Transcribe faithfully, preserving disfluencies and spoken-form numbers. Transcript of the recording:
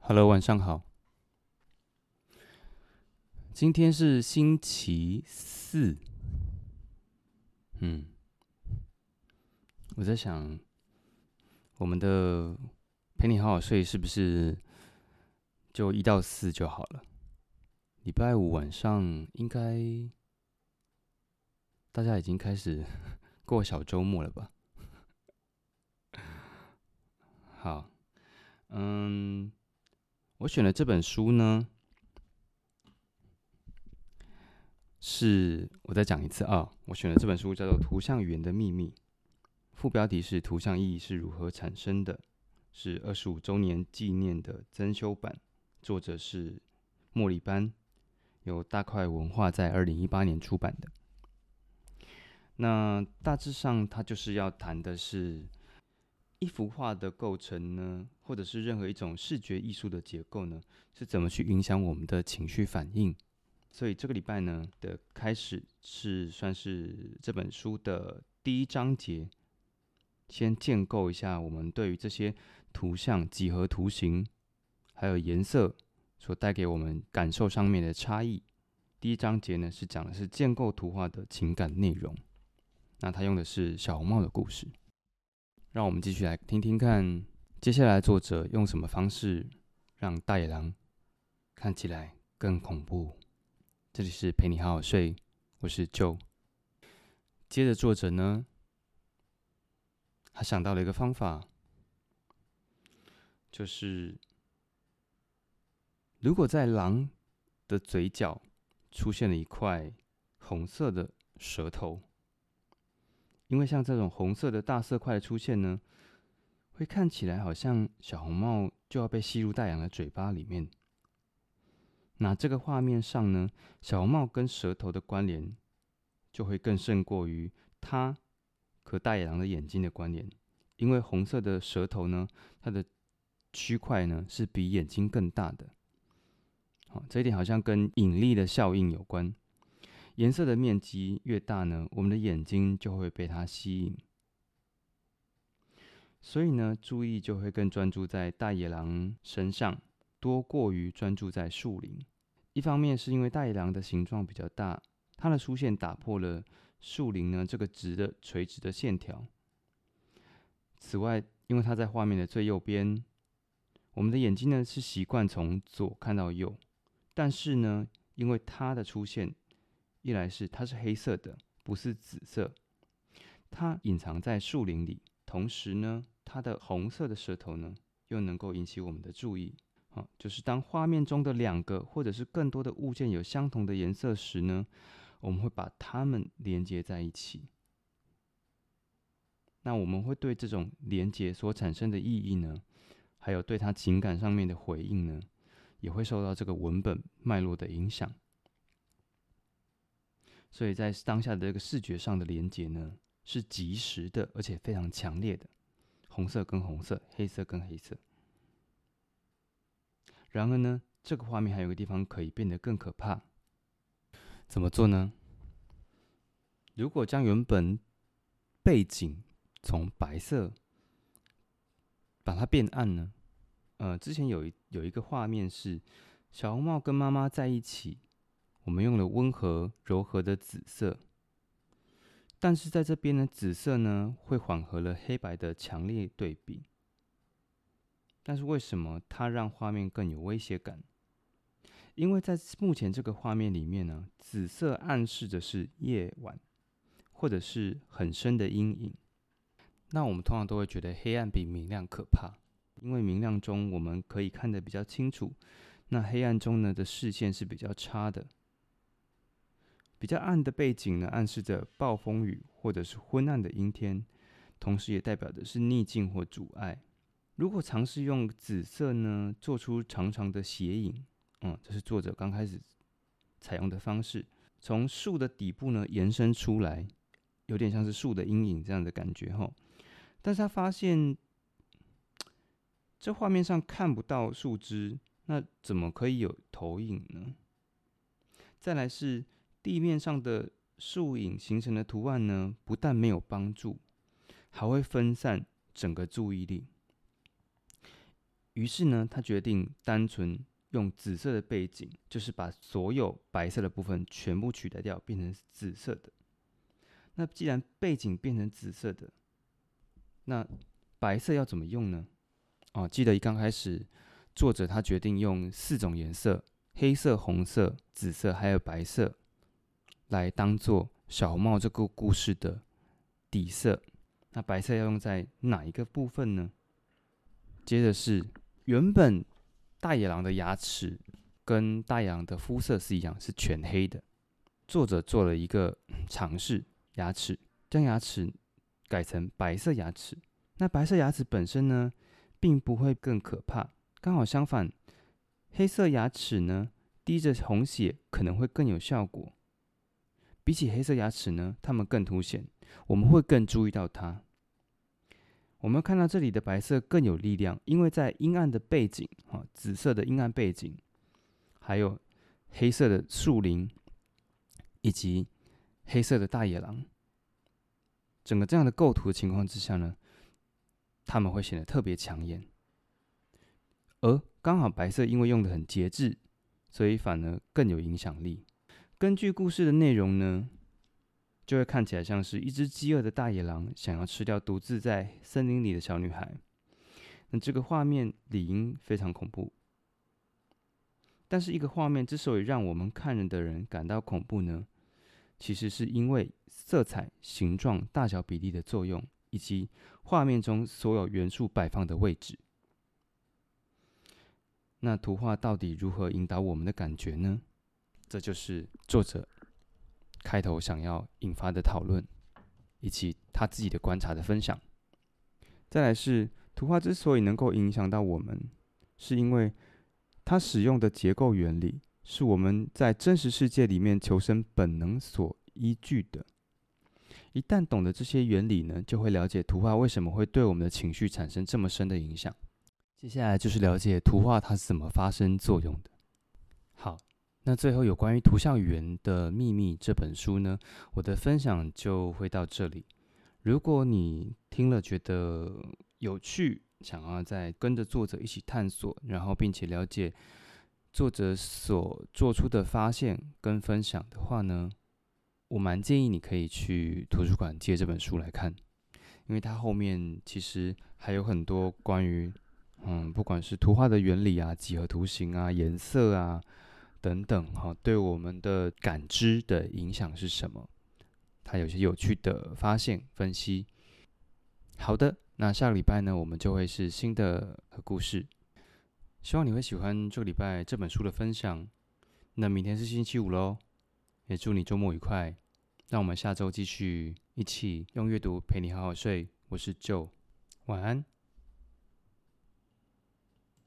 Hello，晚上好。今天是星期四。嗯，我在想，我们的陪你好好睡是不是就一到四就好了？礼拜五晚上应该大家已经开始过小周末了吧？好，嗯，我选的这本书呢，是我再讲一次啊，我选的这本书叫做《图像语言的秘密》。副标题是图像意义是如何产生的，是二十五周年纪念的增修版，作者是莫里班，由大块文化在二零一八年出版的。那大致上，它就是要谈的是一幅画的构成呢，或者是任何一种视觉艺术的结构呢，是怎么去影响我们的情绪反应。所以这个礼拜呢的开始是算是这本书的第一章节，先建构一下我们对于这些图像、几何图形，还有颜色所带给我们感受上面的差异。第一章节呢是讲的是建构图画的情感内容，那他用的是小红帽的故事。让我们继续来听听看，接下来作者用什么方式让大野狼看起来更恐怖。这里是陪你好好睡，我是 Joe。接着作者呢，他想到了一个方法，就是如果在狼的嘴角出现了一块红色的舌头，因为像这种红色的大色块的出现呢，会看起来好像小红帽就要被吸入大羊的嘴巴里面。那这个画面上呢，小红帽跟舌头的关联就会更胜过于它和大野狼的眼睛的关联，因为红色的舌头呢，它的区块呢是比眼睛更大的。好，这一点好像跟引力的效应有关。颜色的面积越大呢，我们的眼睛就会被它吸引，所以呢，注意就会更专注在大野狼身上，多过于专注在树林。一方面是因为大野狼的形状比较大，它的出现打破了树林呢这个直的垂直的线条。此外，因为它在画面的最右边，我们的眼睛呢是习惯从左看到右，但是呢，因为它的出现，一来是它是黑色的，不是紫色，它隐藏在树林里，同时呢，它的红色的舌头呢又能够引起我们的注意。好，就是当画面中的两个或者是更多的物件有相同的颜色时呢，我们会把它们连接在一起。那我们会对这种连接所产生的意义呢，还有对它情感上面的回应呢，也会受到这个文本脉络的影响。所以在当下的这个视觉上的连接呢，是即时的，而且非常强烈的，红色跟红色，黑色跟黑色。然而呢，这个画面还有个地方可以变得更可怕。怎么做呢？如果将原本背景从白色把它变暗呢？呃，之前有一有一个画面是小红帽跟妈妈在一起，我们用了温和柔和的紫色，但是在这边呢，紫色呢会缓和了黑白的强烈对比。但是为什么它让画面更有威胁感？因为在目前这个画面里面呢，紫色暗示的是夜晚，或者是很深的阴影。那我们通常都会觉得黑暗比明亮可怕，因为明亮中我们可以看得比较清楚，那黑暗中呢的视线是比较差的。比较暗的背景呢，暗示着暴风雨或者是昏暗的阴天，同时也代表的是逆境或阻碍。如果尝试用紫色呢，做出长长的斜影，嗯，这是作者刚开始采用的方式，从树的底部呢延伸出来，有点像是树的阴影这样的感觉哈。但是他发现这画面上看不到树枝，那怎么可以有投影呢？再来是地面上的树影形成的图案呢，不但没有帮助，还会分散整个注意力。 于是呢，他决定单纯用紫色的背景，就是把所有白色的部分全部取代掉，变成紫色的。那既然背景变成紫色的，那白色要怎么用呢？哦，记得一刚开始，作者他决定用四种颜色：黑色、红色、紫色还有白色，来当做小红帽这个故事的底色。那白色要用在哪一个部分呢？接着是原本大野狼的牙齿跟大野狼的肤色是一样，是全黑的。作者做了一个尝试，牙齿将牙齿改成白色牙齿。那白色牙齿本身呢，并不会更可怕，刚好相反，黑色牙齿呢，滴着红血可能会更有效果。比起黑色牙齿呢，它们更凸显，我们会更注意到它。我们看到这里的白色更有力量，因为在阴暗的背景，紫色的阴暗背景，还有黑色的树林，以及黑色的大野狼，整个这样的构图的情况之下呢，它们会显得特别抢眼。而刚好白色因为用得很节制，所以反而更有影响力。根据故事的内容呢，就会看起来像是一只饥饿的大野狼想要吃掉独自在森林里的小女孩。那这个画面理应非常恐怖。但是一个画面之所以让我们看人的人感到恐怖呢，其实是因为色彩、形状、大小比例的作用，以及画面中所有元素摆放的位置。那图画到底如何引导我们的感觉呢？这就是作者开头想要引发的讨论，以及他自己的观察的分享。再来是图画之所以能够影响到我们，是因为它使用的结构原理是我们在真实世界里面求生本能所依据的。一旦懂得这些原理呢，就会了解图画为什么会对我们的情绪产生这么深的影响。接下来就是了解图画它是怎么发生作用的。好，那最后有关于图像语言的秘密这本书呢，我的分享就会到这里。如果你听了觉得有趣，想要再跟着作者一起探索，然后并且了解作者所做出的发现跟分享的话呢，我蛮建议你可以去图书馆借这本书来看，因为它后面其实还有很多关于嗯，不管是图画的原理啊、几何图形啊、颜色啊等等，哈，对我们的感知的影响是什么？它有些有趣的发现分析。好的，那下个礼拜呢，我们就会是新的故事。希望你会喜欢这个礼拜这本书的分享。那明天是星期五喽，也祝你周末愉快。让我们下周继续一起用阅读陪你好好睡。我是 Joe， 晚安。